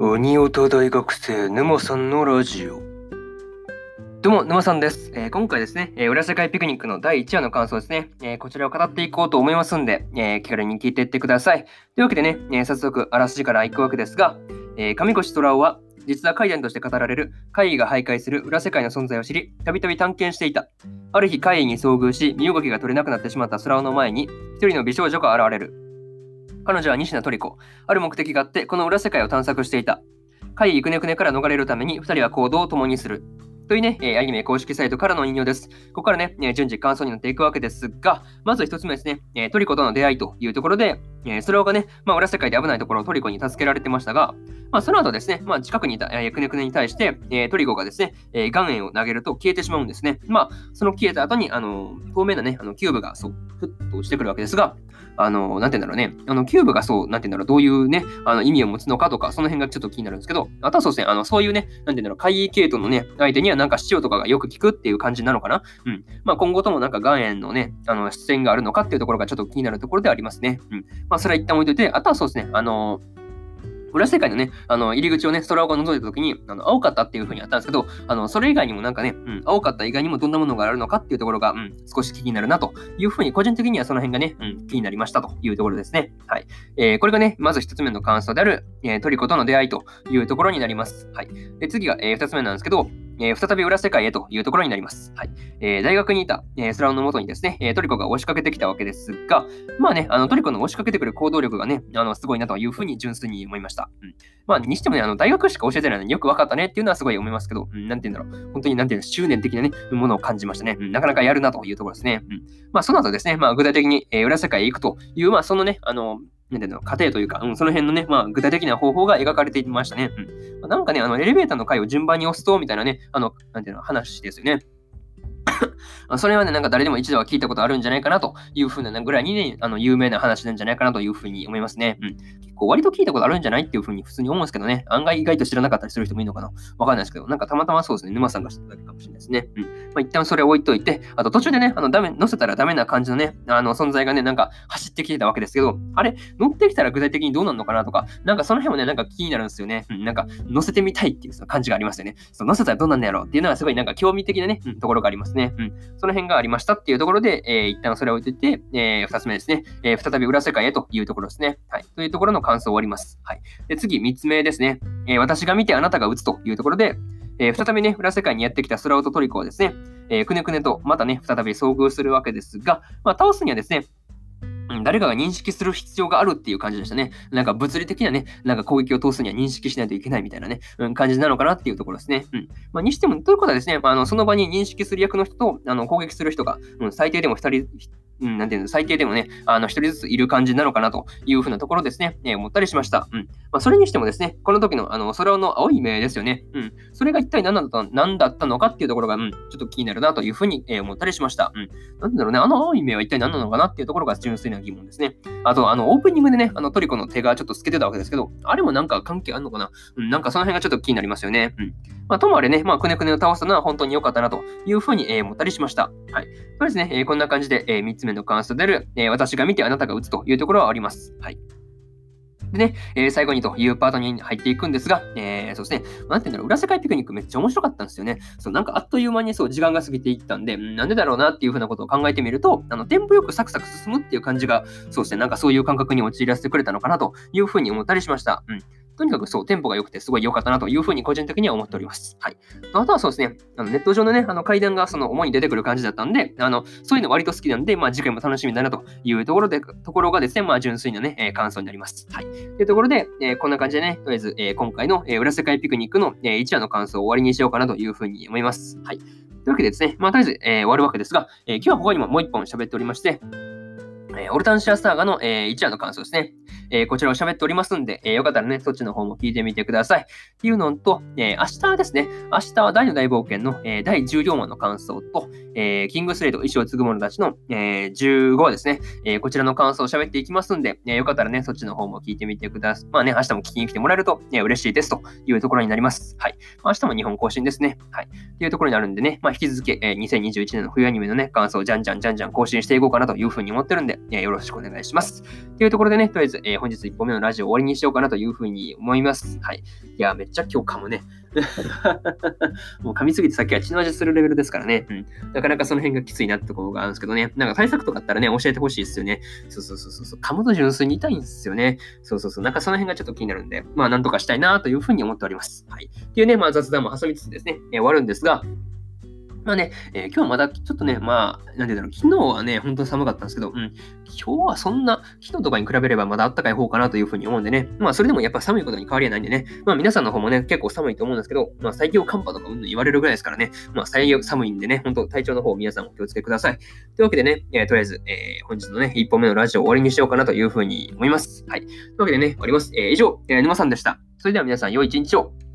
鬼オタ大学生沼さんのラジオ。どうも沼さんです。今回ですね、裏世界ピクニックの第1話の感想ですね、こちらを語っていこうと思いますんで、気軽に聞いていってください。というわけでね、早速あらすじからいくわけですが、上越虎雄は実は怪談として語られる怪異が徘徊する裏世界の存在を知り、たびたび探検していた。ある日怪異に遭遇し、身動きが取れなくなってしまった虎雄の前に一人の美少女が現れる。彼女は仁科トリコ。ある目的があってこの裏世界を探索していた。怪異くねくねから逃れるために2人は行動を共にする。というね、アニメ公式サイトからの引用です。ここからね、順次感想になっていくわけですが、まず一つ目ですね、トリコとの出会いというところで、それがね、裏世界で危ないところをトリコに助けられてましたが、その後ですね、近くにいたくねくねに対して、トリコがですね、岩塩を投げると消えてしまうんですね。その消えた後に、透明なね、キューブがふっと落ちてくるわけですが、なんて言うんだろうね、キューブがなんて言うんだろう、どういうね、意味を持つのかとか、その辺がちょっと気になるんですけど、あとはそうですね、そういうね、なんて言うんだろう、怪異系統のね、相手にはなんか市長とかがよく聞くっていう感じなのかな。今後ともなんか岩塩のね、出演があるのかっていうところがちょっと気になるところではありますね。それは一旦置いといて、あとはそうですね、裏世界のね、入り口をね、空が覗いたときに、青かったっていう風にあったんですけど、それ以外にもなんかね、青かった以外にもどんなものがあるのかっていうところが、少し気になるなという風に、個人的にはその辺がね、気になりましたというところですね。はい。これがね、まず一つ目の感想である、トリコとの出会いというところになります。はい。で、次が、二つ目なんですけど、再び裏世界へというところになります。はい。大学にいた、スラウンの元にですね、トリコが押しかけてきたわけですが、トリコの押しかけてくる行動力がね、すごいなというふうに純粋に思いました。にしてもね、大学しか教えてないのによく分かったねっていうのはすごい思いますけど、なんて言うんだろう。本当になんていうの、執念的なね、ものを感じましたね。なかなかやるなというところですね。その後ですね、具体的に、裏世界へ行くという、そのね、なんていうの、過程というか、その辺のね、具体的な方法が描かれていましたね。なんかね、エレベーターの階を順番に押すと、みたいなね、なんていうの、話ですよね。それはね、なんか誰でも一度は聞いたことあるんじゃないかなというふうなぐらいにね、有名な話なんじゃないかなというふうに思いますね。結構割と聞いたことあるんじゃないっていうふうに普通に思うんですけどね、案外意外と知らなかったりする人もいるのかなわかんないですけど、なんかたまたまそうですね、沼さんが知っただけかもしれないですね。一旦それを置いといて、あと途中でね、乗せたらダメな感じのね、存在がね、なんか走ってきてたわけですけど、あれ、乗ってきたら具体的にどうなるのかなとか、なんかその辺もね、なんか気になるんですよね。なんか乗せてみたいっていうその感じがありますよね。乗せたらどうなんだろうっていうのはすごいなんか興味的なね、ところがありますね。その辺がありましたっていうところで、一旦それを置いといて、二つ目ですね、再び裏世界へというところですね。はい。というところの感想を終わります。はい。で、次、三つ目ですね。私が見てあなたが打つというところで、再びね、裏世界にやってきたスラウとトリコはですね、くねくねとまたね、再び遭遇するわけですが、倒すにはですね、誰かが認識する必要があるっていう感じでしたね。なんか物理的なね、なんか攻撃を通すには認識しないといけないみたいなね、感じなのかなっていうところですね。にしても、ということはですね、その場に認識する役の人と、攻撃する人が、最低でも2人、なんていうの、最低でもね、1人ずついる感じなのかなというふうなところですね、思ったりしました。それにしてもですね、この時の、空の青い目ですよね。それが一体何だったのかっていうところが、ちょっと気になるなというふうに、思ったりしました。なんだろうね、青い目は一体何なのかなっていうところが純粋な疑問ですね。あと、オープニングでね、トリコの手がちょっと透けてたわけですけど、あれもなんか関係あるのかな。なんかその辺がちょっと気になりますよね。ともあれね、くねくねを倒したのは本当に良かったなというふうに、思ったりしました。はい。そうですね、こんな感じで、3つ目の感想である、私が見てあなたが打つというところはあります。はい。でね、最後にというパートに入っていくんですが、そうですね、なんていうんだろう、裏世界ピクニックめっちゃ面白かったんですよね。なんかあっという間に時間が過ぎていったんで、なんでだろうなっていうふうなことを考えてみると、テンポよくサクサク進むっていう感じが、そうですね、なんかそういう感覚に陥らせてくれたのかなというふうに思ったりしました。とにかくテンポが良くてすごい良かったなというふうに個人的には思っております。はい。あとはそうですね、ネット上のね、階段が主に出てくる感じだったんで、そういうの割と好きなんで、次回も楽しみだなというところがですね、純粋なね、感想になります。はい。というところで、こんな感じでね、とりあえず、今回の、裏世界ピクニックの、1話の感想を終わりにしようかなというふうに思います。はい。というわけでですね、とりあえず、終わるわけですが、今日は他にももう一本喋っておりまして、オルタンシアサーガの、1話の感想ですね。こちらを喋っておりますんで、よかったらね、そっちの方も聞いてみてください。っていうのと、明日ですね、明日は大の大冒険の、第14話の感想と、キングスレイと石を継ぐ者たちの、15話ですね、こちらの感想を喋っていきますんで、よかったらね、そっちの方も聞いてみてください。明日も聞きに来てもらえると、嬉しいですというところになります。はい。明日も日本更新ですね。はい。っていうところになるんでね、引き続き、2021年の冬アニメのね、感想をじゃんじゃん更新していこうかなというふうに思ってるんで、よろしくお願いします。 というところでね、とりあえず、本日1本目のラジオ終わりにしようかなというふうに思います。はい。いや、めっちゃ今日噛むね。もう噛みすぎてさっきは血の味するレベルですからね。なかなかその辺がきついなってところがあるんですけどね。なんか対策とかあったらね、教えてほしいですよね。噛むと純粋に痛いんですよね。なんかその辺がちょっと気になるんで、まあなんとかしたいなというふうに思っております。はい。っていうね、まあ雑談も挟みつつですね、終わるんですが、まあね、今日まだちょっとね、まあ、なんていうんだろう、昨日はね、本当に寒かったんですけど、今日はそんな、昨日とかに比べればまだ暖かい方かなというふうに思うんでね、まあ、それでもやっぱ寒いことに変わりはないんでね、まあ、皆さんの方もね、結構寒いと思うんですけど、まあ、最強寒波とか言われるぐらいですからね、まあ、最強寒いんでね、本当体調の方、皆さんお気をつけください。というわけでね、とりあえず、本日のね、1本目のラジオを終わりにしようかなというふうに思います。はい。というわけでね、終わります。以上、沼さんでした。それでは皆さん、良い一日を。